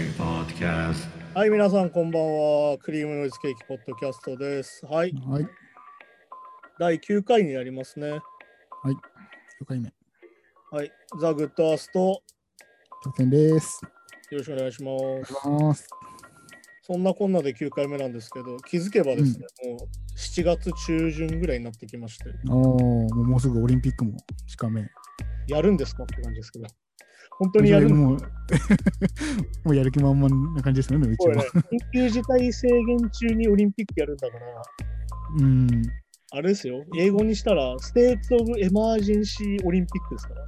Podcast. はい、皆さんこんばんは。クリームノイズケーキポッドキャストです。はい、 はい、 第9回になりますね。 9回目。 はい、ザ・グッドアースト、 挑戦です。 よろしくお願いします。 お願いします。 そんなこんなで9回目なんですけど、気づけばですね、もう7月中旬ぐらいになってきまして、 もうすぐオリンピックも近め。 やるんですかって感じですけど、本当にやるんもうもうやる気満々な感じですよね、うちは。 これね、緊急事態宣言中にオリンピックやるんだから、あれですよ、英語にしたら、ステート・オブ・エマージェンシー・オリンピックですから。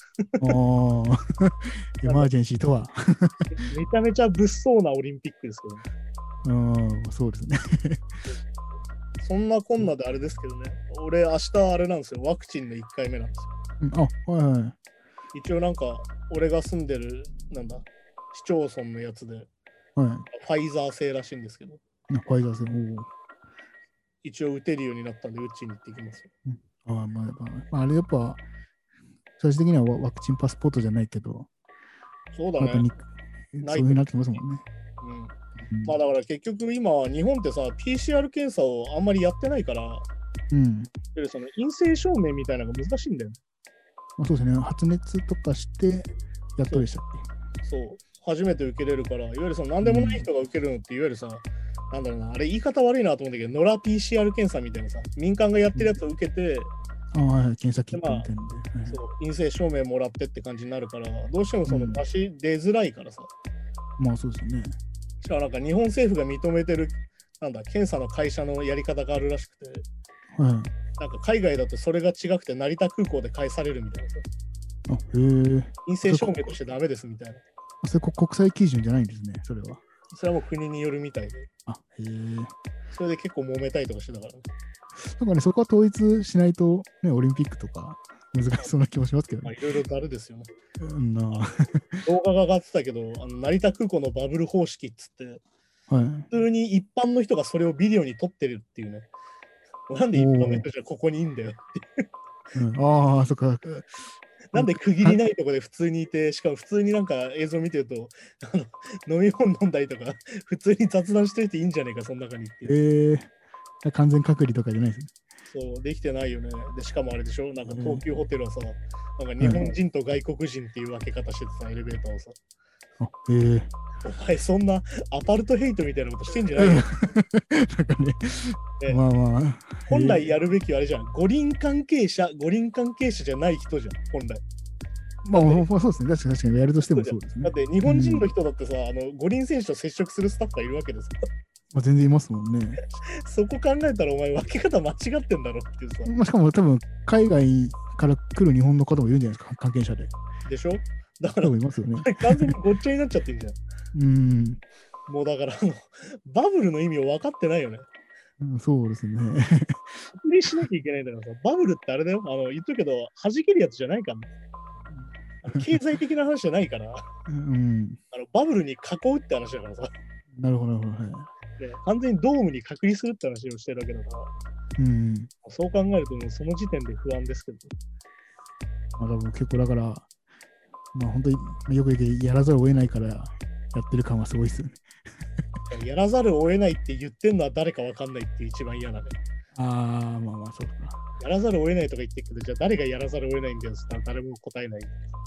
エマージェンシーとは。 めちゃめちゃ物騒なオリンピックですけどね。 そうですね。 そんなこんなであれですけどね、俺明日あれなんですよ、ワクチンの1回目なんですよ。 はい。 一応なんか、俺が住んでる、市町村のやつで、ファイザー製らしいんですけど、 ファイザー製。 一応打てるようになったんで、打ちに行ってきますよ。 あれやっぱ、最終的にはワクチンパスポートじゃないけど、 そうだね。 そういう風になってますもんね。 まあだから結局今、日本ってさ、PCR 検査をあんまりやってないから、その陰性証明みたいなのが難しいんだよね。 そうですね、発熱とかしてやっとでしたっけ？そう、初めて受けれるから、いわゆるその何でもない人が受けるのって、いわゆるさ、あれ言い方悪いなと思うんだけど、ノラ PCR 検査みたいなさ、民間がやってるやつを受けて、 検査キットみたいなので、そう、陰性証明もらってって感じになるから、どうしてもその出づらいからさ。 まあそうですね。 しかもなんか日本政府が認めてる、検査の会社のやり方があるらしくて、なんか海外だとそれが違くて成田空港で返されるみたいなさ。陰性証明としてダメですみたいな。 それ国際基準じゃないんですね、それは。 それはもう国によるみたいで。それで結構揉めたりとかしてたからね。 なんかね、そこは統一しないと、ね、オリンピックとか難しそうな気もしますけどね。 いろいろだるですよね。動画が上がってたけど、成田空港のバブル方式っつって、普通に一般の人がそれをビデオに撮ってるっていうね。なんで一般の人じゃここにいいんだよっていう。 そっか。 なんで区切りないとこで普通にいて、しかも普通になんか映像見てると、飲み物飲んだりとか、普通に雑談しといていいんじゃねえか、その中にって。 完全隔離とかじゃないですね。 そう、できてないよね。で、しかもあれでしょ、なんか東急ホテルはさ、なんか日本人と外国人っていう分け方しててさ、エレベーターをさ。お前そんなアパルトヘイトみたいなことしてんじゃないよ。 なんかね、 本来やるべきはあれじゃん。五輪関係者じゃない人じゃん、本来。 そうですね。確かにやるとしてもそうですね。 だって日本人の人だってさ、五輪選手と接触するスタッフがいるわけですから。 全然いますもんね。 そこ考えたらお前分け方間違ってんだろっていうさ。 しかも多分海外から来る日本の方もいるんじゃないですか、関係者で。 でしょ？だから、 いますよね、 完全にごっちゃになっちゃってるじゃん。もうだからバブルの意味を分かってないよね。 そうですね。 確認しなきゃいけないんだからさ、バブルってあれだよ。言っとくけど、弾けるやつじゃないからね。経済的な話じゃないから。バブルに囲うって話だからさ。 なるほど。 完全にドームに隔離するって話をしてるわけだから。そう考えると、もうその時点で不安ですけど。 結構だから、本当によく言ってやらざるを得ないからやってる感はすごいですよね。 やらざるを得ないって言ってんのは誰かわかんないって一番嫌だね。 そうか。 やらざるを得ないとか言ってるけど、じゃあ誰がやらざるを得ないんだよって言ったら誰も答えない。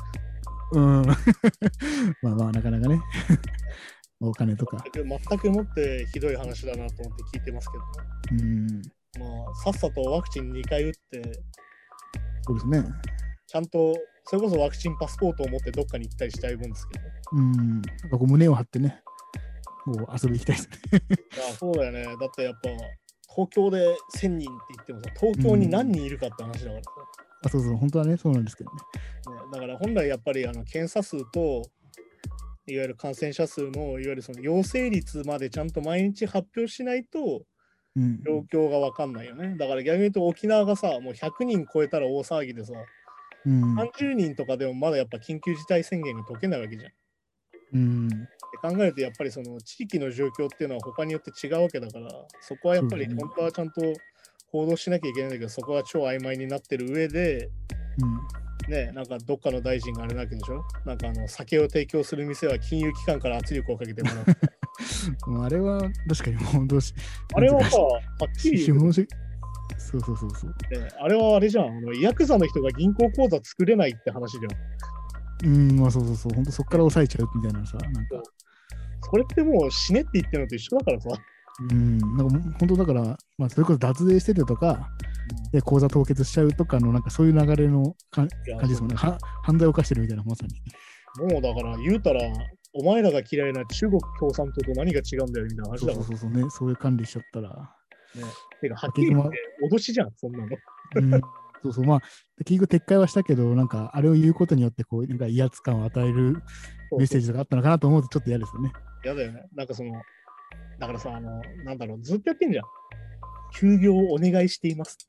なかなかね。お金とか。 全くもってひどい話だなと思って聞いてますけど。さっさとワクチン2回打って、 そうですね。 ちゃんと、それこそワクチンパスポートを持ってどっかに行ったりしたいもんですけど。 胸を張ってね、遊び行きたいですね。 そうだよね。だってやっぱ、東京で1000人って言ってもさ、東京に何人いるかって話だからさ。 そう、本当はね、そうなんですけどね。 だから本来やっぱり検査数と、いわゆる感染者数の、いわゆるその陽性率までちゃんと毎日発表しないと、状況が分かんないよね。だから逆に言うと沖縄がさ、もう100人超えたら大騒ぎでさ、30人とかでもまだやっぱ緊急事態宣言が解けないわけじゃん。って考えるとやっぱりその地域の状況っていうのは他によって違うわけだから、そこはやっぱり本当はちゃんと報道しなきゃいけないんだけど、そこは超曖昧になってる上で、 ね、なんかどっかの大臣があれだけでしょ、なんか酒を提供する店は金融機関から圧力をかけてもらう。 あれは確かにもうあれはさ、はっきり言う。 そう。 あれはあれじゃん。ヤクザの人が銀行口座作れないって話じゃん。 まあそう。本当そこから抑えちゃうみたいなさ、なんか。 それってもう死ねって言ってるのと一緒だからさ。 なんか本当だから、まあ、それこそ脱税しててとか、で口座凍結しちゃうとかの、なんかそういう流れの感じですもんね。犯罪を犯してるみたいな、まさに。 もうだから言うたら、お前らが嫌いな中国共産党と何が違うんだよみたいな話だから。 そうね。そういう管理しちゃったら。 ね、てか、はっきり言って脅しじゃん、そんなの。 まあ、結局撤回はしたけど、なんかあれを言うことによって、こう、なんか威圧感を与えるメッセージとかあったのかなと思うと、ちょっと嫌ですよね。 嫌だよね。なんかだからさ、なんだろう、ずっとやってんじゃん。休業をお願いしています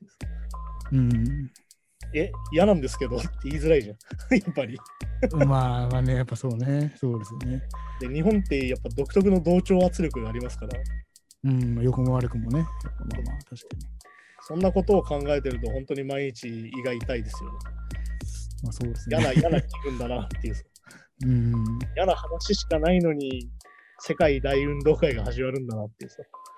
って。嫌なんですけどって言いづらいじゃん。やっぱり。 まあね、やっぱそうね。そうですよね。 で、日本ってやっぱ独特の同調圧力がありますから。 良くも悪くもね。まあ確かに。 そんなことを考えてると、本当に毎日胃が痛いですよね。 まあそうですね。 嫌な気分だなっていう。嫌な話しかないのに、世界大運動会が始まるんだなっていうさ。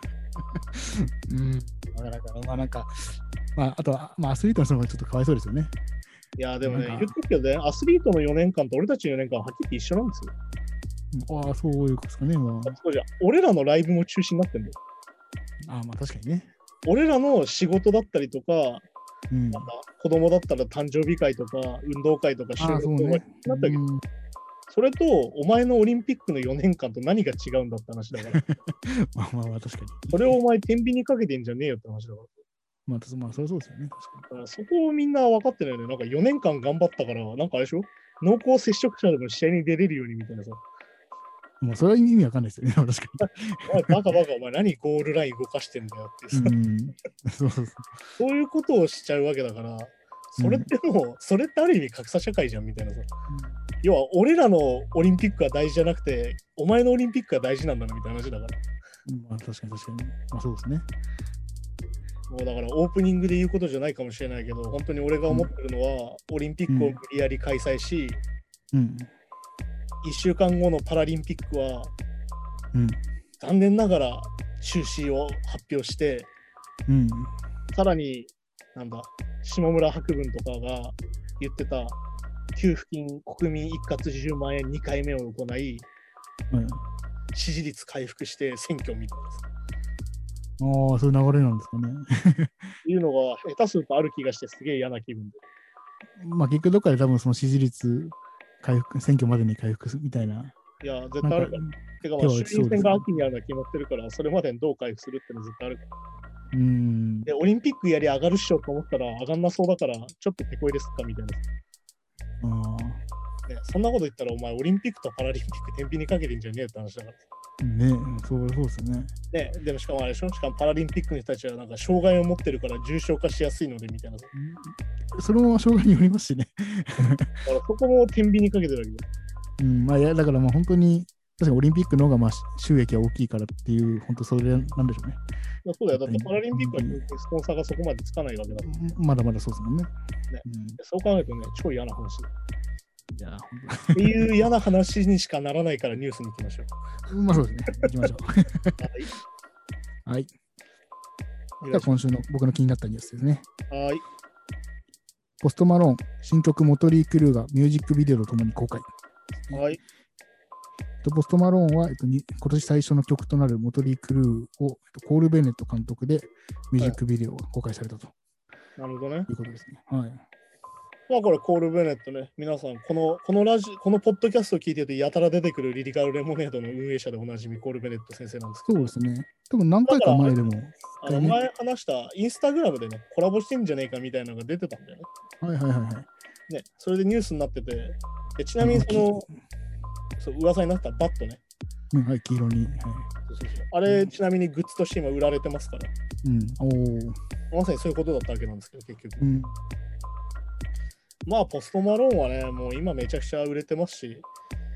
あとは、アスリートの人もちょっとかわいそうですよね。 いや、でもね、言ってるけどね、アスリートの4年間と俺たちの4年間ははっきり言って一緒なんですよ。ああ、そういうことですかね。 そうじゃん。俺らのライブも中止になってんだよ。 まあ確かにね。 俺らの仕事だったりとか、なんか子供だったら誕生日会とか、運動会とか、就活とかになったけど、それと、お前のオリンピックの4年間と何が違うんだって話だから。 まあ確かに。 それをお前、天秤にかけてんじゃねえよって話だから。 まあ、それそうですよね。確かに。 だからそこをみんな分かってないよね。なんか4年間頑張ったから、なんかあれでしょ、濃厚接触者でも試合に出れるようにみたいなさ。 もうそれは意味わかんないですよね。確かに。バカ、お前何ゴールライン動かしてんだよってさ。そういうことをしちゃうわけだから、それってもう、それってある意味格差社会じゃんみたいなさ。要は、俺らのオリンピックは大事じゃなくて、お前のオリンピックが大事なんだなみたいな話だから。 まあ確かに。まあそうですね。 もうだからオープニングで言うことじゃないかもしれないけど、本当に俺が思ってるのは、オリンピックを無理やり開催し、1週間後のパラリンピックは、残念ながら中止を発表して、さらに、下村博文とかが言ってた、給付金国民一括10万円2回目を行い、支持率回復して選挙みたいな。 そういう流れなんですかね。 っていうのが下手するとある気がしてすげえ嫌な気分で。 まあ結局どっかで多分その支持率回復、選挙までに回復するみたいな。 いや、絶対あるから。てか衆院選が秋にあるのは決まってるから、それまでにどう回復するってのは絶対あるから。で、オリンピックやり上がるっしょと思ったら上がんなそうだから、ちょっと手こ入れすっかみたいな。そんなこと言ったらお前オリンピックとパラリンピック天秤にかけてんじゃねえって話だから。 そうですよね。 でもしかもあれでしょ、しかもパラリンピックの人たちはなんか障害を持ってるから重症化しやすいのでみたいな。 それも障害によりますしね。 だからそこも天秤にかけてるわけだ。だから本当に、確かにオリンピックの方が収益が大きいからっていう、本当それなんでしょうね。 そうだよ。だってパラリンピックはスポンサーがそこまでつかないわけだから。 まだまだそうですもんね。 そう考えるとね、超嫌な話だ。っていう嫌な話にしかならないからニュースに行きましょう。 まあそうですね。行きましょう。はい。じゃあ今週の僕の気になったニュースですね。 はい。 ポストマローン、新曲モトリー・クルーがミュージックビデオとともに公開。 はい。 ポストマローンは、今年最初の曲となるモトリー・クルーを、コール・ベネット監督でミュージックビデオが公開されたと。 なるほどね。 いうことですね。はい。 まあこれコール・ベネットね、皆さんこのポッドキャストを聞いてるとやたら出てくるリリカル・レモネードの運営者でおなじみコール・ベネット先生なんですけど。 そうですね。多分何回か前でも。 前話したインスタグラムでね、コラボしてんじゃねえかみたいなのが出てたんだよね。ね、それでニュースになってて、でちなみに噂になったバットね。 はい、黄色に。 あれ、ちなみにグッズとして今売られてますから。まさにそういうことだったわけなんですけど、結局。まあ、ポストマローンはね、もう今めちゃくちゃ売れてますし、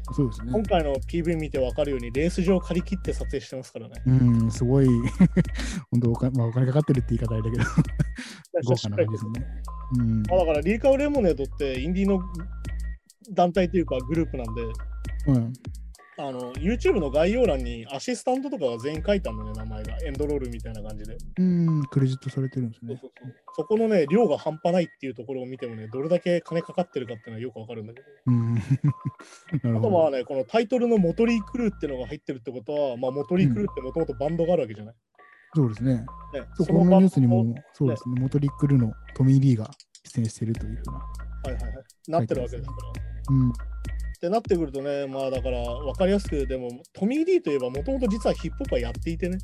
そうですね。 今回の PV 見て分かるように、レース場借り切って撮影してますからね。 すごい、本当お金かかってるって言い方あれだけど、豪華な感じですね。 だから、リーカウレモネードってインディーの団体というかグループなんで、YouTube の概要欄にアシスタントとかが全員書いたのね、名前が。エンドロールみたいな感じで。 クレジットされてるんですね。 そこのね、量が半端ないっていうところを見てもね、どれだけ金かかってるかっていうのはよくわかるんだけど。あとはね、このタイトルのモトリー・クルーっていうのが入ってるってことは、まあ、モトリー・クルーってもともとバンドがあるわけじゃない。 そうですね。そのニュースにも、そうですね、モトリー・クルーのトミー・リーが出演してるというふうな。 なってるわけですから。ってなってくるとね、まあだから分かりやすく、でもトミー・リーといえばもともと実はヒップホップはやっていてね。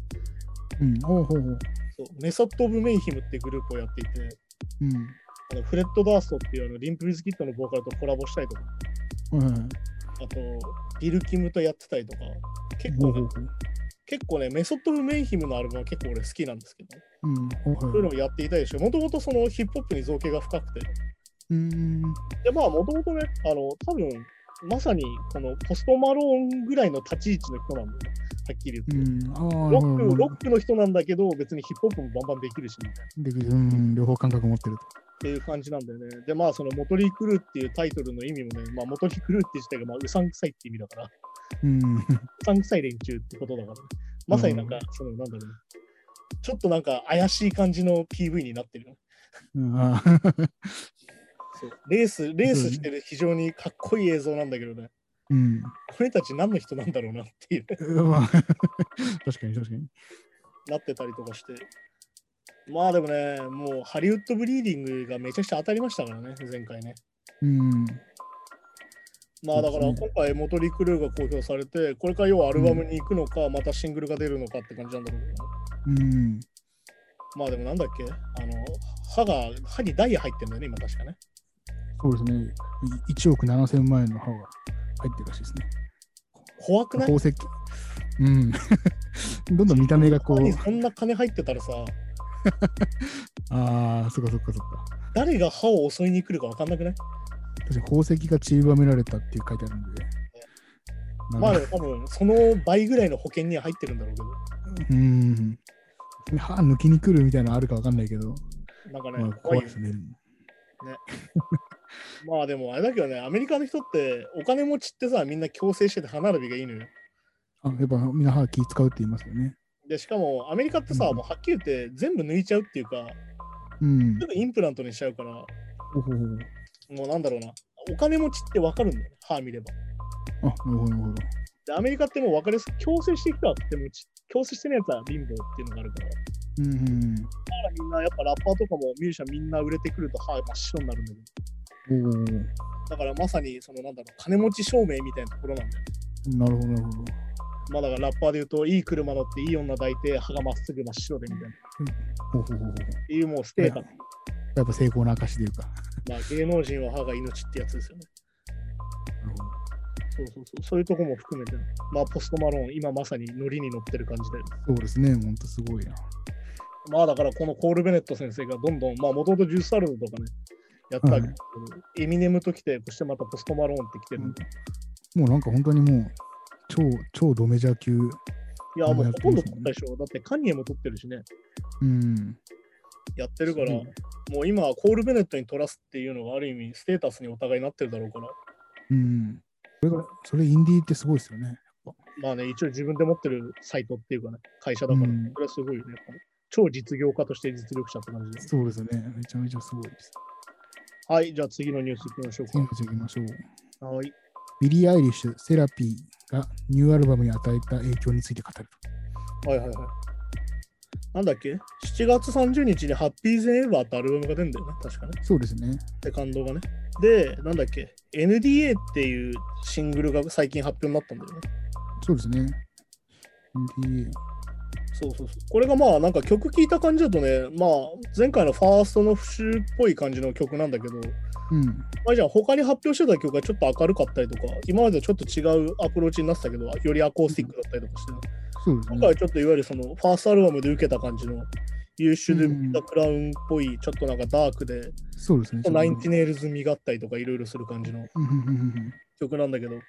そうメソッド・オブ・メイヒムっていうグループをやっていて、フレッド・ダーストっていうリンプ・ウィズ・キッドのボーカルとコラボしたりとか、あとビル・キムとやってたりとか、結構ね、メソッド・オブ・メイヒムのアルバムは結構俺好きなんですけど、そういうのをやっていたりして、もともとそのヒップホップに造形が深くて、でまあもともとね、多分まさにこのポストマローンぐらいの立ち位置の人なんだよね、はっきり言って。ロックの人なんだけど、別にヒップホップもバンバンできるしみたいな。両方感覚持ってると。 っていう感じなんだよね。で、まあそのモトリー・クルーっていうタイトルの意味もね、まあモトリー・クルーって自体がまあうさんくさいって意味だから、うさんくさい連中ってことだから、ね、まさになんか、そのなんだろうね、ちょっとなんか怪しい感じの PV になってるよ。そうレースしてる非常にかっこいい映像なんだけどね。これたち何の人なんだろうなっていう。 確かに。 なってたりとかして。まあでもね、もうハリウッドブリーディングがめちゃくちゃ当たりましたからね、前回ね。まあだから今回モトリー・クルーが公表されて、これから要はアルバムに行くのか、またシングルが出るのかって感じなんだろうけど。まあでもなんだっけ、歯にダイヤ入ってんだよね、今確かね。 そうですね。1億7000万円の歯が入ってるらしいですね。 怖くない？ 宝石。どんどん見た目がこう。 そんな金入ってたらさ。 そっか。 誰が歯を襲いに来るか分かんなくない？ 確かに宝石が散りばめられたって書いてあるんで。 まあでも多分その倍ぐらいの保険には入ってるんだろうけど。歯抜きに来るみたいなのあるか分かんないけど。 なんかね、怖いですね。まあでもあれだけどね、アメリカの人ってお金持ちってさ、みんな矯正してて歯並びがいいのよ。 やっぱみんな歯気使うって言いますよね。 で、しかもアメリカってさ、もうはっきり言って全部抜いちゃうっていうか、すぐインプラントにしちゃうから、もうなんだろうな、お金持ちって分かるんだよね、歯見れば。 なるほど。 で、アメリカってもう分かりやすく、矯正してきたっても矯正してないやつは貧乏っていうのがあるから。だからみんなやっぱラッパーとかもミュージシャンみんな売れてくると歯真っ白になるんだけど。だからまさにそのなんだろう、金持ち証明みたいなところなんだよね。 なるほど。 まあだからラッパーで言うと、いい車乗っていい女抱いて歯がまっすぐ真っ白でみたいな。っていうもうステータス。 やっぱ成功の証というか。 まあ芸能人は歯が命ってやつですよね。そういうとこも含めて、まあポストマローン、今まさにノリに乗ってる感じで。 そうですね、ほんとすごいな。 まあだからこのコール・ベネット先生がどんどん、まあもともとジュース・サルドとかね、やったけど、エミネムと来て、そしてまたポストマローンって来てる。 もうなんか本当にもう、超ドメジャー級。いや、もうほとんど取ったでしょ。だってカニエも取ってるしね。やってるから、もう今、コール・ベネットに取らすっていうのがある意味、ステータスにお互いなってるだろうから。 それインディーってすごいですよね。 まあね、一応自分で持ってるサイトっていうかね、会社だから、それはすごいよね。超実業家として実力者って感じで。 そうですよね。めちゃめちゃすごいです。 はい、じゃあ次のニュースいきましょうか。 次のニュースいきましょう。 はい。 ビリー・アイリッシュ、セラピーがニューアルバムに与えた影響について語ると。なんだっけ ?7 月30日にハッピーゼンエバーってアルバムが出るんだよね、確かね。 そうですね。 セカンドがね。で、なんだっけ ?NDA っていうシングルが最近発表になったんだよね。 そうですね。NDA。 これがまあなんか曲聴いた感じだとね、まあ前回のファーストの節っぽい感じの曲なんだけど、まあじゃあ他に発表してた曲がちょっと明るかったりとか、今までとちょっと違うアプローチになってたけど、よりアコースティックだったりとかして、今回はちょっといわゆるそのファーストアルバムで受けた感じの、ユーシュで見たクラウンっぽい、ちょっとなんかダークで、 そうですね。 ナインティネイルズ味があったりとかいろいろする感じの曲なんだけど、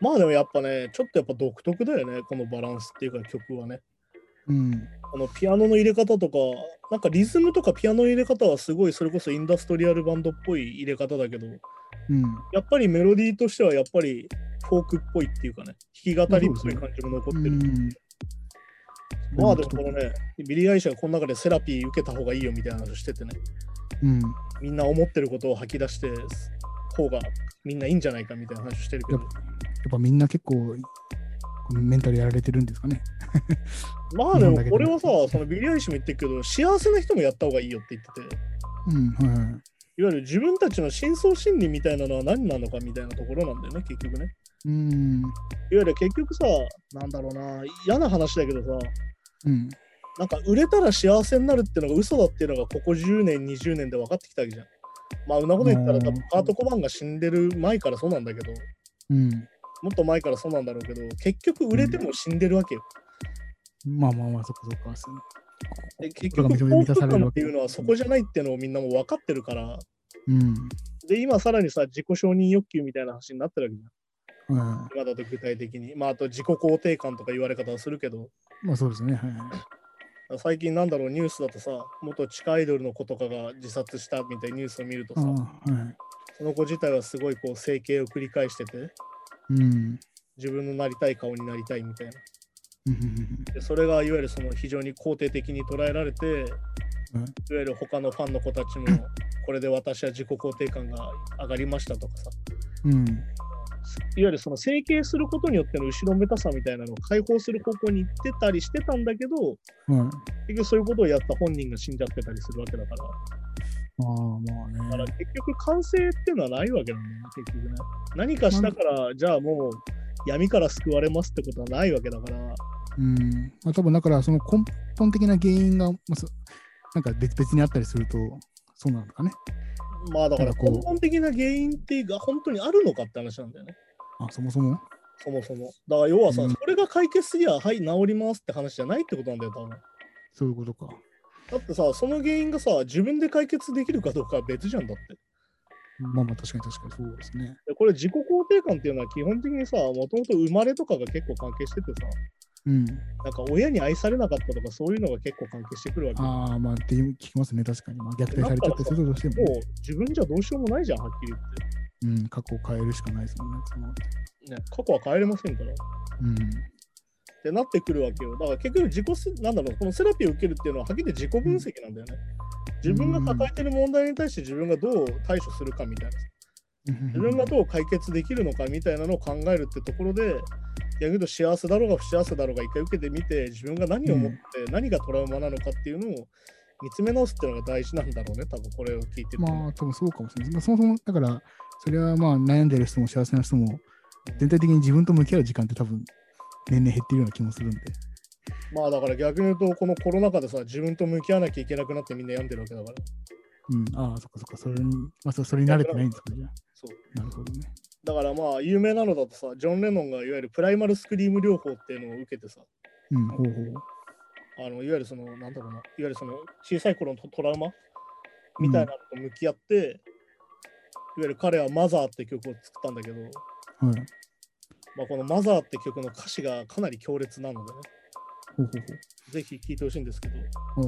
まあでもやっぱね、ちょっとやっぱ独特だよね、このバランスっていうか曲はね。このピアノの入れ方とか、なんかリズムとかピアノの入れ方はすごいそれこそインダストリアルバンドっぽい入れ方だけど、やっぱりメロディーとしてはやっぱりフォークっぽいっていうかね、弾き語りっぽい感じも残ってる。まあでもこのね、ビリー・アイリッシュがこの中でセラピー受けた方がいいよみたいな話をしててね、みんな思ってることを吐き出して方がみんないいんじゃないかみたいな話をしてるけど、やっぱみんな結構メンタルやられてるんですかね。 まあでもこれはさ、そのビリー・アイリッシュも言ってるけど、幸せな人もやった方がいいよって言ってて、いわゆる自分たちの深層心理みたいなのは何なのかみたいなところなんだよね、結局ね。いわゆる結局さ、なんだろうな、嫌な話だけどさ、なんか売れたら幸せになるっていうのが嘘だっていうのがここ10年、20年で分かってきたわけじゃん。まあ、うなこと言ったら多分カート・コバーンが死んでる前からそうなんだけど、もっと前からそうなんだろうけど、結局売れても死んでるわけよ。 まあまあまあ、そこそこ。 で結局、幸福感っていうのはそこじゃないっていうのをみんなも分かってるから、で、今さらにさ、自己承認欲求みたいな話になってるわけじゃん。今だと具体的に。まあ、あと自己肯定感とか言われ方はするけど、 まあそうですね。 最近なんだろう、ニュースだとさ、元地下アイドルの子とかが自殺したみたいなニュースを見るとさ、その子自体はすごいこう整形を繰り返してて、自分のなりたい顔になりたいみたいな。でそれがいわゆるその非常に肯定的に捉えられて、いわゆる他のファンの子たちも、これで私は自己肯定感が上がりましたとかさ、いわゆるその整形することによっての後ろめたさみたいなのを解放する方向に行ってたりしてたんだけど、結局そういうことをやった本人が死んじゃってたりするわけだから。だから結局完成っていうのはないわけなんだよね、結局ね。何かしたから、じゃあもう闇から救われますってことはないわけだから。 多分だからその根本的な原因が、なんか別々にあったりすると、そうなのかね。 まあだから根本的な原因っていうが本当にあるのかって話なんだよね。 そもそも。 だから要はさ、それが解決すりゃ、はい、治りますって話じゃないってことなんだよ、多分。 そういうことか。 だってさ、その原因がさ、自分で解決できるかどうかは別じゃんだって。 まあまあ確かにそうですね。 これ自己肯定感っていうのは基本的にさ、もともと生まれとかが結構関係しててさ、なんか親に愛されなかったとかそういうのが結構関係してくるわけ。 まあって聞きますね、確かに。虐待されちゃってするとしても、 もう自分じゃどうしようもないじゃん、はっきり言って。 過去を変えるしかないですもんね。 過去は変えれませんから。ってなってくるわけよ。だから結局このセラピーを受けるっていうのははっきり自己分析なんだよね。自分が抱えてる問題に対して自分がどう対処するかみたいな。自分がどう解決できるのかみたいなのを考えるってところで、逆に言うと幸せだろうが不幸せだろうが一回受けてみて、自分が何を思って何がトラウマなのかっていうのを見つめ直すっていうのが大事なんだろうね、多分これを聞いてると。 まあ多分そうかもしれない。そもそもだからそれはまあ悩んでる人も幸せな人も全体的に自分と向き合う時間って多分年々減ってるような気もするんで。 まあだから逆に言うとこのコロナ禍でさ、自分と向き合わなきゃいけなくなってみんな病んでるわけだから。 そっか。それに慣れてないんですかね、じゃあ。 そう。 なるほどね。 だからまあ有名なのだとさ、ジョン・レノンがいわゆるプライマルスクリーム療法っていうのを受けてさ、いわゆるそのなんだろうな、いわゆるその小さい頃のトラウマみたいなのと向き合って、いわゆる彼はマザーって曲を作ったんだけど、まあこのマザーって曲の歌詞がかなり強烈なのでね、ぜひ聴いてほしいんですけど、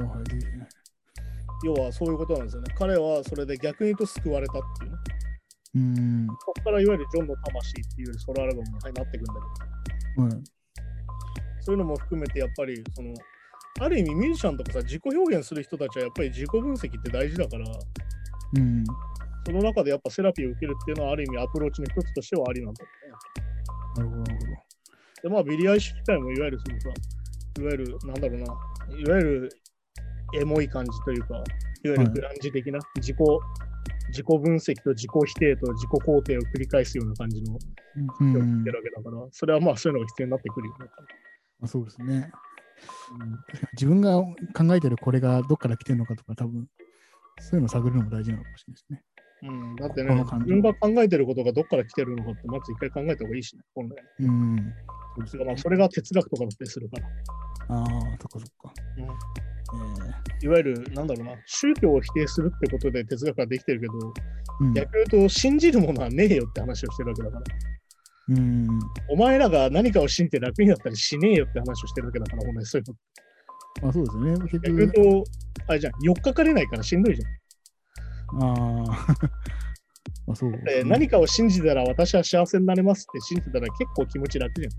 要はそういうことなんですよね。彼はそれで逆に言うと救われたっていうね。そこからいわゆるジョンの魂っていうソロアルバムになっていくんだけど、そういうのも含めてやっぱりそのある意味ミュージシャンとかさ、自己表現する人たちはやっぱり自己分析って大事だから、その中でやっぱセラピーを受けるっていうのはある意味アプローチの一つとしてはありなんだよね。 なるほど。 でまあビリー・アイリッシュ自体もいわゆるそのさ、いわゆるなんだろうな、いわゆるエモい感じというか、いわゆるグランジ的な自己分析と自己否定と自己肯定を繰り返すような感じの人を言ってるわけだから、それはまあそういうのが必要になってくるよね。 そうですね。自分が考えてるこれがどっから来てるのかとか、多分そういうのを探るのも大事なのかもしれないですね。 だってね、自分が考えてることがどっから来てるのかってまず一回考えた方がいいしね、本来。それが哲学とかだったりするから。 そっか。 いわゆる、なんだろうな、宗教を否定するってことで哲学ができてるけど、逆に言うと信じるものはねえよって話をしてるわけだから。 お前らが何かを信じて楽になったりしねえよって話をしてるわけだから、ほんまにそういうの。そうですね。 結局言うと、あれじゃん、4日かかれないからしんどいじゃん。そうで何かを信じたら私は幸せになれますって信じたら結構気持ち楽じゃん。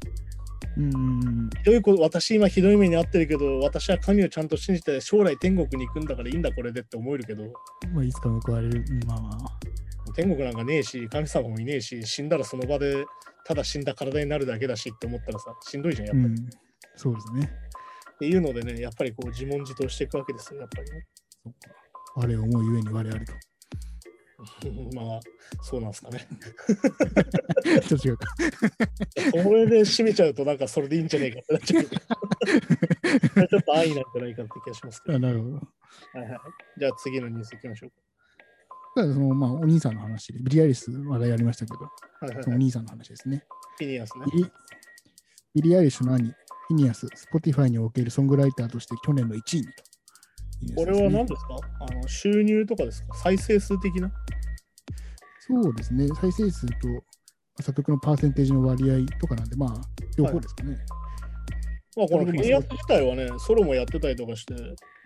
ひどいこと、私今ひどい目に遭ってるけど、私は神をちゃんと信じて将来天国に行くんだからいいんだこれでって思えるけど、 いつか報われる。 天国なんかねえし、神様もいねえし、死んだらその場でただ死んだ体になるだけだしって思ったらさ、しんどいじゃん、やっぱり。 そうですね。 っていうのでね、やっぱりこう自問自答していくわけですよ、やっぱりね。 我を思うゆえに我ありと。 まあ、そうなんですかね。 ちょっと違うか。 それで締めちゃうと、なんかそれでいいんじゃないかってなっちゃう。ちょっと安易なんじゃないかって気がしますけど。 なるほど。 はいはい。じゃあ次のニュースいきましょうか。 お兄さんの話で、ビリアリス話題ありましたけど、お兄さんの話ですね。 フィニアスね。 ビリアリッシュの兄、フィニアス、Spotify におけるソングライターとして去年の1位にと。 これは何ですか？収入とかですか？再生数的な？ そうですね。再生数と作曲のパーセンテージの割合とかなんで、両方ですかね。 このフィニアス自体はね、ソロもやってたりとかして、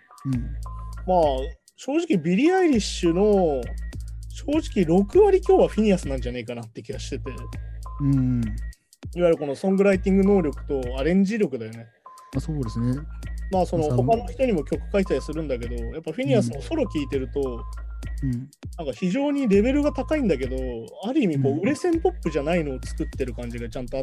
正直ビリー・アイリッシュの正直6割強はフィニアスなんじゃねえかなって気がしてて、いわゆるこのソングライティング能力とアレンジ力だよね。 そうですね。 その他の人にも曲書いたりするんだけど、やっぱフィニアスのソロ聴いてると、なんか非常にレベルが高いんだけど、ある意味こう、売れ線ポップじゃないのを作ってる感じがちゃんとあって、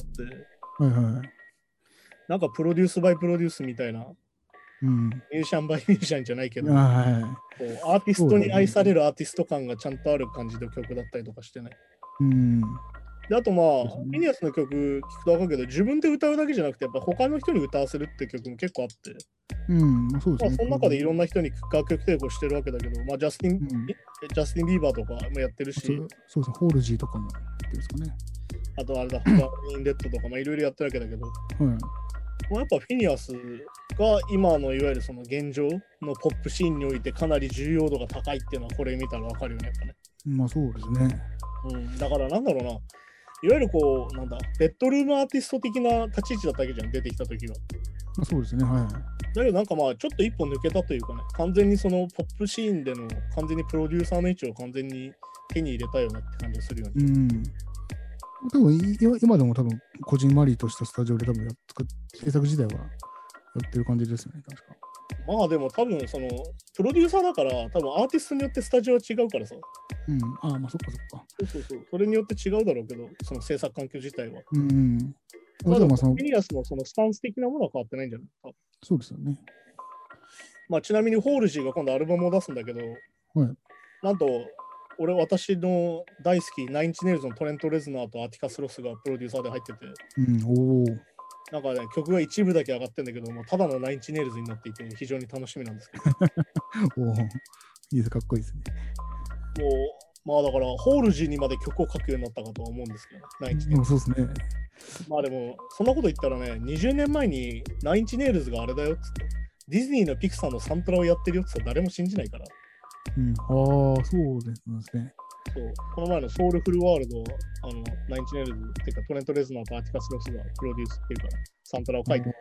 なんかプロデュースバイプロデュースみたいな、ミュージシャンバイミュージシャンじゃないけど、こうアーティストに愛されるアーティスト感がちゃんとある感じの曲だったりとかしてね。であとフィニアスの曲聴くと分かるけど、自分で歌うだけじゃなくて、やっぱ他の人に歌わせるって曲も結構あって、その中でいろんな人に楽曲提供してるわけだけど、ジャスティン・ビーバーとかもやってるし、 そうですね、ホールジーとかもやってるんですかね。 あとあれだ、バーニン・デッドとかいろいろやってるわけだけど、やっぱフィニアスが今のいわゆるその現状のポップシーンにおいてかなり重要度が高いっていうのはこれ見たら分かるよね、やっぱね。 そうですね。 だからなんだろうな、いわゆるこう、ベッドルームアーティスト的な立ち位置だったわけじゃん、出てきたときは。 そうですね、 だけどちょっと一歩抜けたというかね、完全にそのポップシーンでの完全にプロデューサーの位置を完全に手に入れたよねって感じがするよね。 でも今でも多分、こじんまりとしたスタジオで多分制作自体はやってる感じですよね、確か。 でも多分そのプロデューサーだから多分アーティストによってスタジオは違うからさ。 そっかそっか。 そう。それによって違うだろうけど、その制作環境自体は。 フィニアスのそのスタンス的なものは変わってないんじゃないか。 そうですよね。 ちなみにホールジーが今度アルバムを出すんだけど、なんと私の大好きナインチネイルズのトレント・レズナーとアティカス・ロスがプロデューサーで入ってて、なんかね、曲が一部だけ上がってるんだけど、ただのナインチネイルズになっていて非常に楽しみなんですけど。 いいです、かっこいいですね。 だからホールジーにまで曲を書くようになったかとは思うんですけど、ナインチネイルズ。 そうですね。 でも、そんなこと言ったらね、20年前にナインチネイルズがあれだよっつって、ディズニーのピクサーのサントラをやってるよっつったら誰も信じないから。 そうですね。 この前のソウルフルワールド、ナインチネイルズっていうかトレント・レズナーとアティカス・ロスがプロデュースっていうか、サントラを書いてる。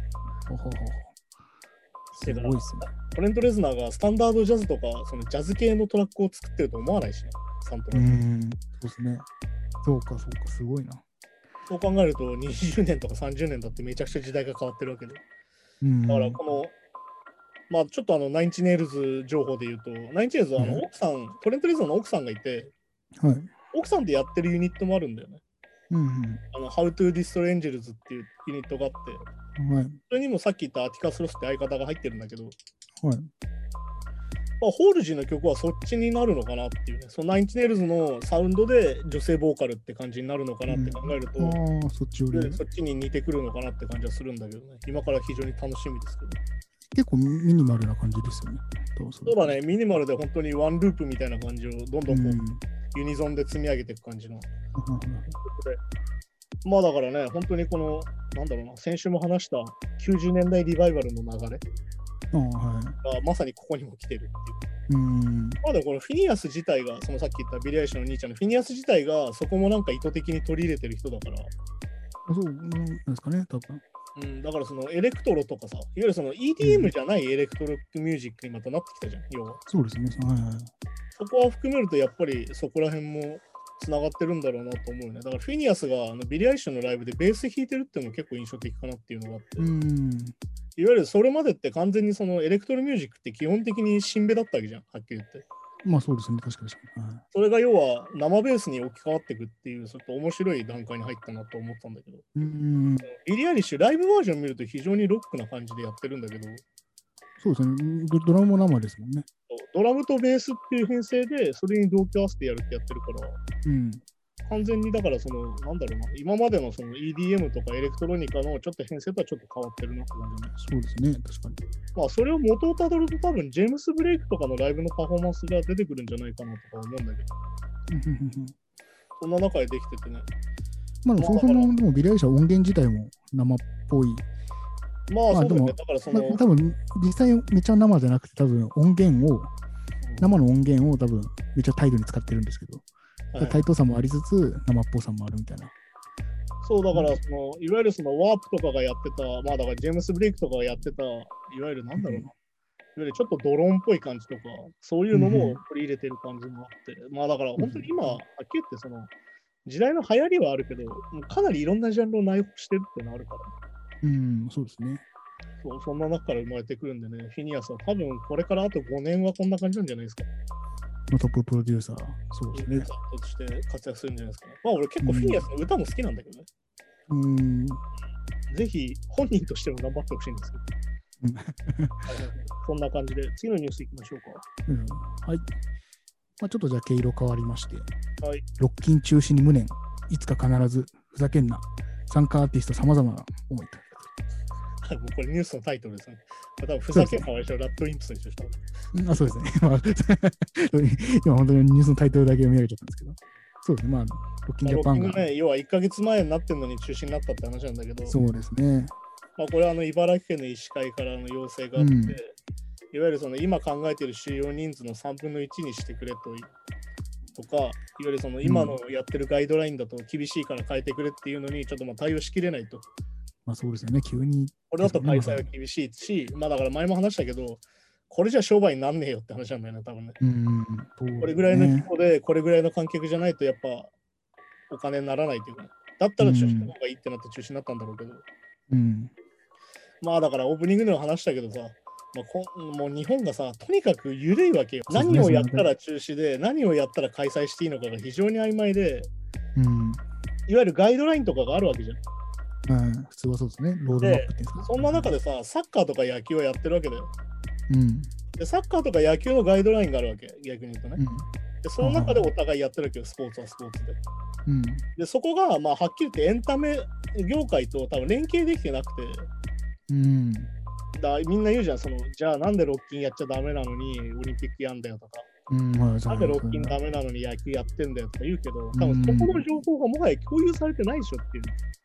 すごいですね。 トレント・レズナーがスタンダードジャズとか、そのジャズ系のトラックを作ってると思わないしね、サントラ。 そうですね。そうか、すごいな。 そう考えると、20年とか30年だってめちゃくちゃ時代が変わってるわけで。だからこの、ちょっとナインチネイルズ情報で言うと、ナインチネイルズは奥さん、トレント・レズナーの奥さんがいて、奥さんでやってるユニットもあるんだよね。How to Destroy Angels っていうユニットがあって、それにもさっき言ったアティカス・ロスって相方が入ってるんだけど、ホールジーの曲はそっちになるのかなっていうね、そのナインチネイルズのサウンドで女性ボーカルって感じになるのかなって考えると、そっちに似てくるのかなって感じはするんだけどね、今から非常に楽しみですけど。 結構ミニマルな感じですよね。 そうだね、ミニマルで本当にワンループみたいな感じをどんどんこう、ユニゾンで積み上げていく感じの。だからね、本当にこの、先週も話した90年代リバイバルの流れ。 がまさにここにも来てるっていう。まあでもこのフィニアス自体が、そのさっき言ったビリー・アイリッシュの兄ちゃんのフィニアス自体がそこもなんか意図的に取り入れてる人だから。 そうなんですかね、多分。 だからそのエレクトロとかさ、いわゆるその EDM じゃないエレクトロックミュージックにまたなってきたじゃん、要は。 そうですね。 そこは含めるとやっぱりそこら辺もつながってるんだろうなと思うよね。だからフィニアスがビリー・アイリッシュのライブでベース弾いてるっていうのも結構印象的かなっていうのがあって。いわゆるそれまでって完全にそのエレクトロミュージックって基本的にシンベだったわけじゃん、はっきり言って。 まあそうですね、確かに。 それが要は生ベースに置き換わっていくっていう、ちょっと面白い段階に入ったなと思ったんだけど。ビリー・アイリッシュライブバージョン見ると非常にロックな感じでやってるんだけど。 そうですね、ドラムも生ですもんね。 ドラムとベースっていう編成でそれに同期合わせてやるってやってるから、完全にだからその、なんだろうな、今までのその EDM とかエレクトロニカのちょっと編成とはちょっと変わってるなって感じね。 そうですね、確かに。 まあそれを元をたどると多分ジェームス・ブレイクとかのライブのパフォーマンスが出てくるんじゃないかなとか思うんだけど。そんな中でできててね。 まあそもそもでもビリー・アイリッシュは音源自体も生っぽい。 まあそうだね、だからその、 多分実際めっちゃ生じゃなくて多分音源を、生の音源を多分めっちゃタイトに使ってるんですけど。対等さもありつつ生っぽさもあるみたいな。 そうだからそのいわゆるそのワープとかがやってた、まあだからジェームス・ブレイクとかがやってた、いわゆるなんだろうな、いわゆるちょっとドローンっぽい感じとか、そういうのも取り入れてる感じもあって、まあだから本当に今、はっきり言ってその時代の流行りはあるけど、かなりいろんなジャンルを内包してるっていうのあるから。 そうですね。 そんな中から生まれてくるんでね、フィニアスは多分これからあと5年はこんな感じなんじゃないですか。 トッププロデューサー、そうですね。 として活躍するんじゃないですかね。まあ俺結構フィニアスの歌も好きなんだけどね。ぜひ本人としても頑張ってほしいんですけど。そんな感じで次のニュースいきましょうか。はい。まあ、ちょっとじゃあ毛色変わりまして、 ロッキン中止に無念、いつか必ずふざけんな、参加アーティストさまざまな思いと。 もうこれニュースのタイトルですね。多分ふざけんなはラッドインプスにした。 そうですね。今本当にニュースのタイトルだけ読み上げちゃったんですけど。そうですね。まあ、ロッキンジャパンが。 ね、要は1ヶ月前になってるのに中止になったって話なんだけど。 そうですね。 まあ、これは茨城県の医師会からの要請があって、いわゆるその今考えている収容人数の3分の1にしてくれとか、いわゆるその今のやってるガイドラインだと厳しいから変えてくれっていうのにちょっとまあ対応しきれないと。 まあそうですよね、急に。 これだと開催は厳しいし、まあだから前も話したけど、これじゃ商売になんねえよって話なんだよね、多分ね。これぐらいの規模で、これぐらいの観客じゃないとやっぱお金にならないというか、だったら中止の方がいいってなって中止になったんだろうけど。まあだからオープニングでも話したけどさ、もう日本がさ、とにかく緩いわけよ。何をやったら中止で、何をやったら開催していいのかが非常に曖昧で、いわゆるガイドラインとかがあるわけじゃん。 普通はそうですね。ロードマップってそんな中でさ、サッカーとか野球をやってるわけだよ。でサッカーとか野球のガイドラインがあるわけ、逆に言うとね。でその中でお互いやってるわけよ、スポーツはスポーツで。でそこが、まあ、はっきり言ってエンタメ業界と多分連携できてなくて、みんな言うじゃん、じゃあなんでロッキンやっちゃダメなのにオリンピックやんだよとか、なんでロッキンダメなのに野球やってんだよとか言うけど、多分そこの情報がもはや共有されてないでしょっていう。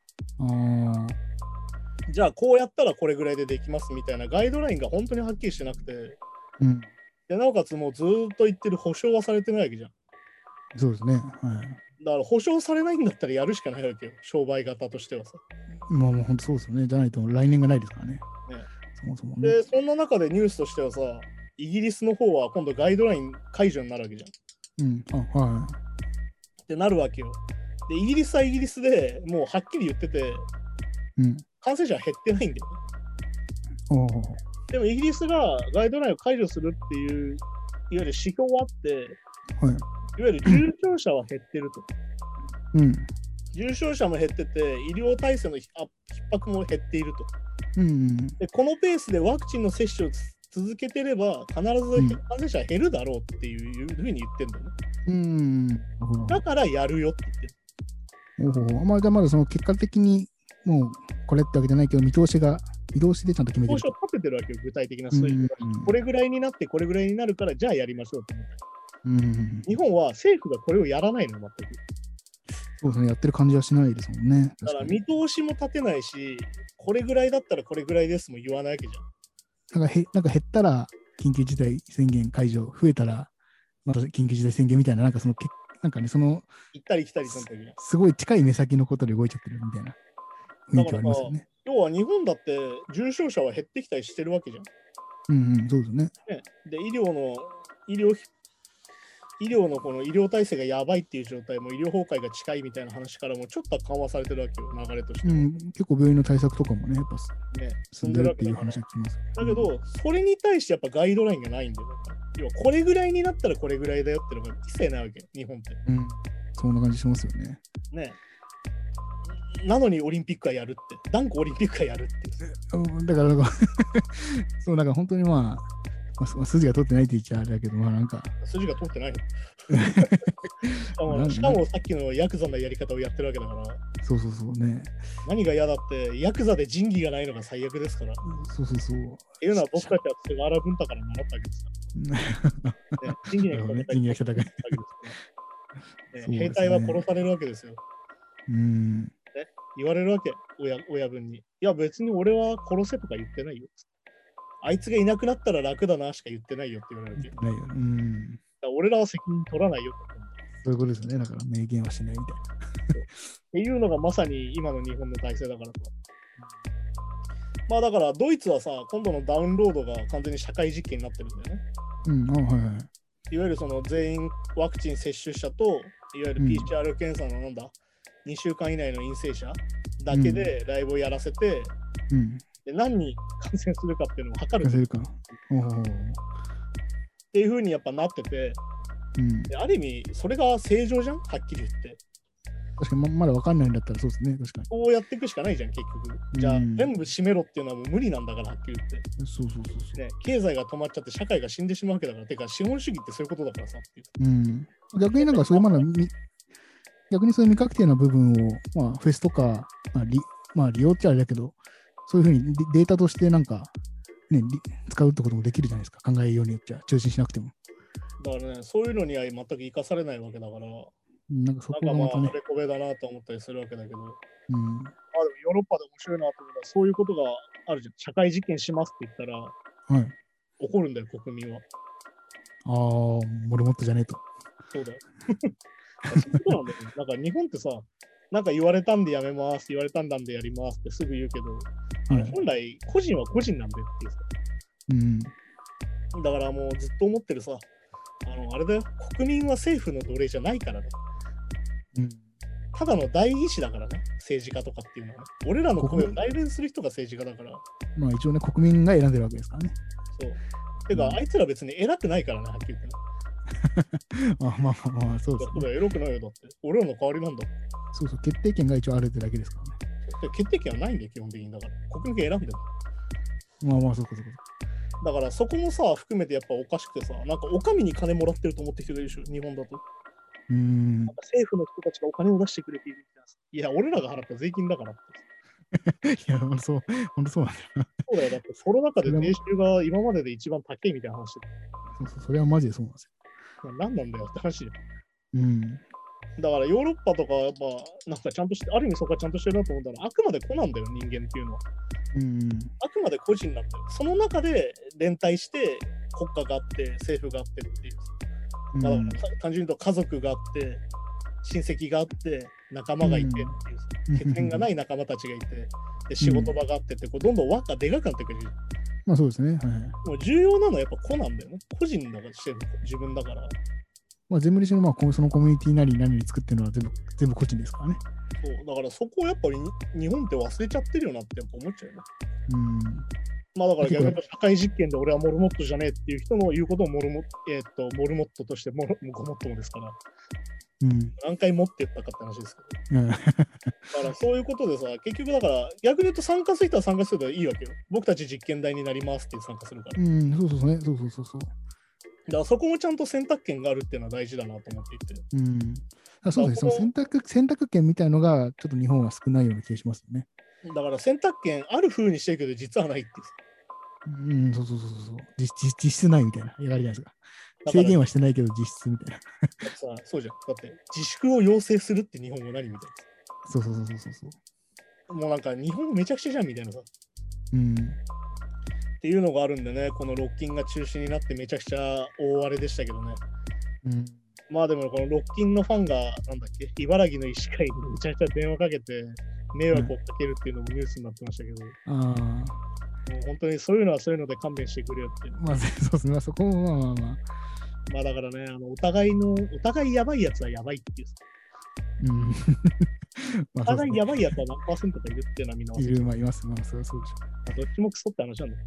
じゃあこうやったらこれぐらいでできますみたいなガイドラインが本当にはっきりしてなくて、でなおかつもうずっと言ってる保証はされてないわけじゃん。 そうですね。だから保証されないんだったらやるしかないわけよ、商売型としてはさ。 もう本当そうですよね。じゃないと来年がないですからね。そもそもね。 で、そんな中でニュースとしてはさ、イギリスの方は今度ガイドライン解除になるわけじゃん。ってなるわけよ。で、イギリスはイギリスでもうはっきり言ってて、感染者は減ってないんだよね。でもイギリスがガイドラインを解除するっていう、いわゆる指標はあって、いわゆる重症者は減ってると。重症者も減ってて、医療体制の逼迫も減っていると。でこのペースでワクチンの接種を続けてれば、必ず感染者は減るだろうっていうふうに言ってんだよね。だからやるよって言ってる。 じゃあまだその結果的にもうこれってわけじゃないけど、見通しでちゃんと決めてる。 見通しを立ててるわけよ、具体的な数字。これぐらいになってこれぐらいになるから、じゃあやりましょうって思った。日本は政府がこれをやらないの、全く。 そうですね、やってる感じはしないですもんね。 だから見通しも立てないし、これぐらいだったらこれぐらいですも言わないわけじなんか減ったら緊急事態宣言解除、増えたらまた緊急事態宣言みたいな、なんかね、 行ったり来たりすごい近い目先のことで動いちゃってるみたいな雰囲気はありますよね。 要は日本だって重症者は減ってきたりしてるわけじゃん。 そうですね。 で、医療のこの医療体制がやばいっていう状態も医療崩壊が近いみたいな話からもちょっと緩和されてるわけよ、流れとして。 結構病院の対策とかもね、やっぱ進んでるっていう話が聞きます。 だけど、それに対してやっぱガイドラインがないんだよ。要はこれぐらいになったらこれぐらいだよっていうのが一切ないわけ、日本って。 そんな感じしますよね。 なのにオリンピックはやるって、断固オリンピックはやるって。 だからそうなんか本当に筋が通ってないって言っちゃあれだけど、なんか筋が通ってないのしかもさっきのヤクザのやり方をやってるわけだから。 そうね。 何が嫌だって、ヤクザで仁義がないのが最悪ですから。 そう。 っていうのは僕たちは菅原文太から習ったわけですよ。仁義が来ただけです。兵隊は殺されるわけですよ。言われるわけ、親分に。いや、別に俺は殺せとか言ってないよ。あいつがいなくなったら楽だなしか言ってないよって言われるわけ。俺らは責任取らないよって。 そういうことですね。だから明言はしないみたいな。 っていうのがまさに今の日本の体制だからさ。だからドイツはさ、今度のダウンロードが完全に社会実験になってるんだよね。いわゆるその全員ワクチン接種者と、いわゆる PCR 検査の2週間以内の陰性者だけでライブをやらせて、で何人感染するかっていうのを測るっていう風にやっぱなってて、である意味それが正常じゃん、はっきり言って。 確かにまだ分かんないんだったらそうですね。確かにこうやっていくしかないじゃん、結局。じゃあ全部閉めろっていうのはもう無理なんだから、はっきり言って。 そう経済が止まっちゃって社会が死んでしまうわけだから。てか資本主義ってそういうことだからさっていう。 逆になんかそういう逆にそういう未確定な部分を、フェスとか、利用っちゃあれだけど、そういうふうにデータとしてなんか、使うってこともできるじゃないですか。考えようによっちゃ、中心しなくても。 だからね、そういうのには全く生かされないわけだから、 なんかそこがまたね、 あれこべだなと思ったりするわけだけど、でもヨーロッパで面白いなと思うのは、そういうことがあるじゃん。社会実験しますって言ったら、怒るんだよ、国民は。 モルモットじゃねえと。 そうだよ。そうなんだよね。なんか日本ってさ、なんか言われたんでやめます、言われたんでやりますってすぐ言うけど、本来個人は個人なんだよっていうさ。だからもうずっと思ってるさ、あれだよ、国民は政府の奴隷じゃないからね。ただの代議士だからね、政治家とかっていうのは、ね。俺らの声を代弁する人が政治家だから。 一応ね、国民が選んでるわけですからね。 そう。てか、あいつら別に偉くないからね、はっきり言ってね。 そうですね。 偉くないよ、だって。俺らの代わりなんだ。 そう、決定権が一応あるってだけですからね。 決定権はないんだよ、基本的に。だから、国民が選んでる。 そうか。 だから、そこもさ、含めてやっぱおかしくてさ、なんか、お上に金もらってると思ってる人がいるでしょ、日本だと。なんか政府の人たちがお金を出してくれているみたいな。いや、俺らが払った税金だからって。 いや、本当そうなんだよ。 そうだよ、だってその中で年収が今までで一番高いみたいな話で。 それはマジでそうなんですよ。何なんだよって話で。 だからヨーロッパとかやっぱなんかちゃんとして、ある意味そこはちゃんとしてるなと思ったら、あくまで個なんだよ、人間っていうのは。あくまで個人なんだよ。その中で連帯して国家があって政府があってっていう。だから単純に言うと家族があって親戚があって仲間がいてっていう血縁がない仲間たちがいてで仕事場があってってこうどんどん輪がでかくなってくる。 そうですね。 もう重要なのはやっぱ個なんだよね。個人だからしてる自分だから。 全部にしてもそのコミュニティなり何に作ってるのは全部個人ですからね。 そうだからそこをやっぱり日本って忘れちゃってるよなってやっぱ思っちゃうよね。だから逆に社会実験で俺はモルモットじゃねえっていう人の言うことをモルモットとしてごもっともですから、何回持って言ったかって話ですけど、だからそういうことでさ、結局だから逆に言うと参加する人は参加するといいわけよ。僕たち実験台になりますって参加するから。 そうね。そうだからそこもちゃんと選択権があるっていうのは大事だなと思っていて。 そうですね。選択権みたいのがちょっと日本は少ないような気がしますよね。 だから選択権ある風にしてるけど実はないっていう。 そう。実質ないみたいな。やがりじゃないですか。制限はしてないけど実質みたいな。 そうじゃん。だって自粛を要請するって日本語何みたいな。 そう。 もうなんか日本語めちゃくちゃじゃんみたいなさ。ってっていうのがあるんでね、このロッキンが中止になってめちゃくちゃ大荒れでしたけどね。まあでもこのロッキンのファンが、なんだっけ、茨城の医師会にめちゃくちゃ電話かけて迷惑をかけるっていうのもニュースになってましたけど、もう本当にそういうのはそういうので勘弁してくれよっていう。 まあそうですね、そこもまあだからね、お互いやばいやつはやばいっていう。お互いやばいやつは何%かいるっていうのはみんな忘れてる。 います。まあそれはそうでしょどっちもクソって話なんだよ。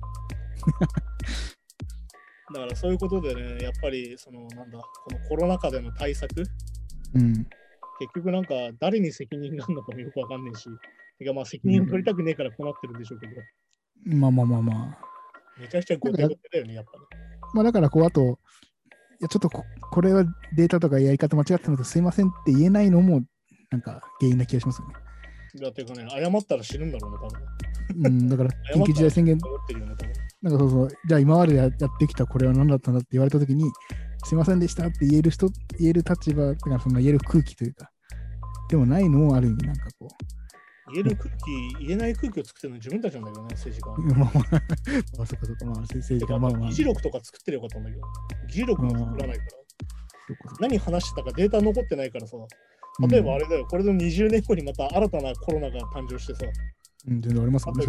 だからそういうことでね、やっぱりこのコロナ禍での対策、結局なんか誰に責任があるのかもよくわかんないし、てかまあ責任を取りたくねえからこうなってるんでしょうけど、 まあ。 めちゃくちゃゴテゴテだよね、やっぱね。 まあだからあと、いやちょっとこれはデータとかやり方間違ってますすいませんって言えないのもなんか原因な気がしますよね。 いや、てかね、謝ったら死ぬんだろうね、多分。だから緊急事態宣言。なんかじゃあ今までやってきたこれは何だったんだって言われたときに、すいませんでしたって言える立場、だからそんな言える空気というか、でもないのもある意味なんかこう。 言えない空気を作ってるのは自分たちなんだけどね、政治家は。 そっか、まあ政治家は議事録とか作ってればよかったんだけど、議事録も作らないから。何話してたかデータ残ってないからさ、例えばあれだよ、これで20年後にまた新たなコロナが誕生してさ、 全然ありますね。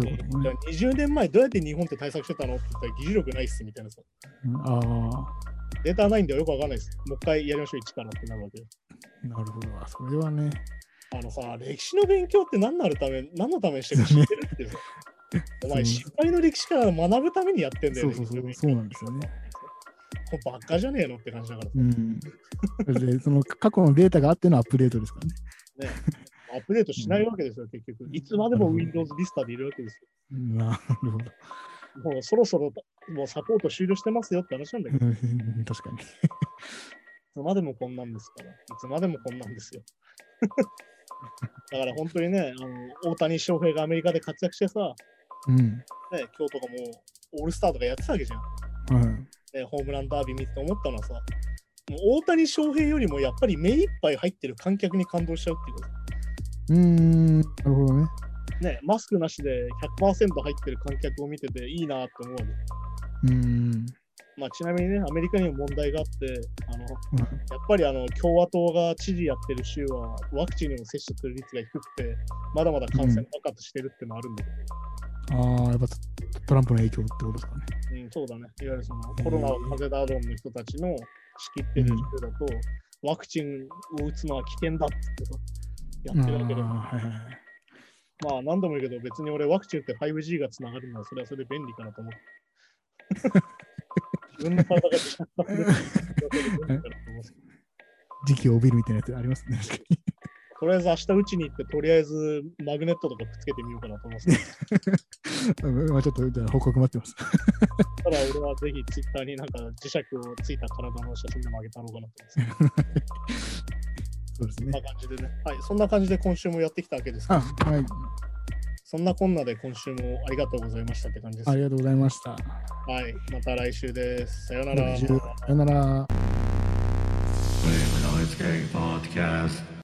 20年前どうやって日本って対策してたのって言ったら議事録ないっすみたいなさ。データないんでよくわかんないです。もう一回やりましょう、一からってなるわけ。 なるほど。それはね。 歴史の勉強って何のためにしてるか知ってるってさ。お前、失敗の歴史から学ぶためにやってんだよね。 そうなんですよね。 ばっかじゃねえのって感じだからさ。その過去のデータがあってのアップデートですからね。 アップデートしないわけですよ、結局。いつまでも Windows Vista でいるわけですよ。 なるほど。 もうそろそろもうサポート終了してますよって話なんだけど。 確かに。いつまでもこんなんですから。いつまでもこんなんですよ。だから本当にね、大谷翔平がアメリカで活躍してさ、今日とかもオールスターとかやってたわけじゃん。ホームランダービー見てて思ったのはさ、もう大谷翔平よりもやっぱり目いっぱい入ってる観客に感動しちゃうっていうこと。 なるほどね。 マスクなしで 100% 入ってる観客を見てていいなって思うわけ。まあ、ちなみにね、アメリカにも問題があって、やっぱり共和党が知事やってる州はワクチンを接種する率が低くて、まだまだ感染爆発してるってのあるんだけど。 やっぱトランプの影響ってことですかね。 そうだね。いわゆるコロナを風邪だろうの人たちの仕切ってる州だと、ワクチンを打つのは危険だってやってるわけで。まあ何度も言うけど、別に俺ワクチンって 5G がつながるのはそれはそれで便利かなと思って。自分の体が自殺させる時期を帯びるみたいなやつありますね。 とりあえず明日うちに行って、とりあえずマグネットとかくっつけてみようかなと思います。 ちょっとじゃあ報告待ってます。 ただ俺はぜひツイッターになんか磁石をついた体の写真でもあげたろうかなと思います。 そうですね。 そんな感じでね。はい、そんな感じで今週もやってきたわけですけど。 はい。 そんなこんなで今週もありがとうございましたって感じです。 ありがとうございました。 はい、また来週です。さよなら。 さよなら。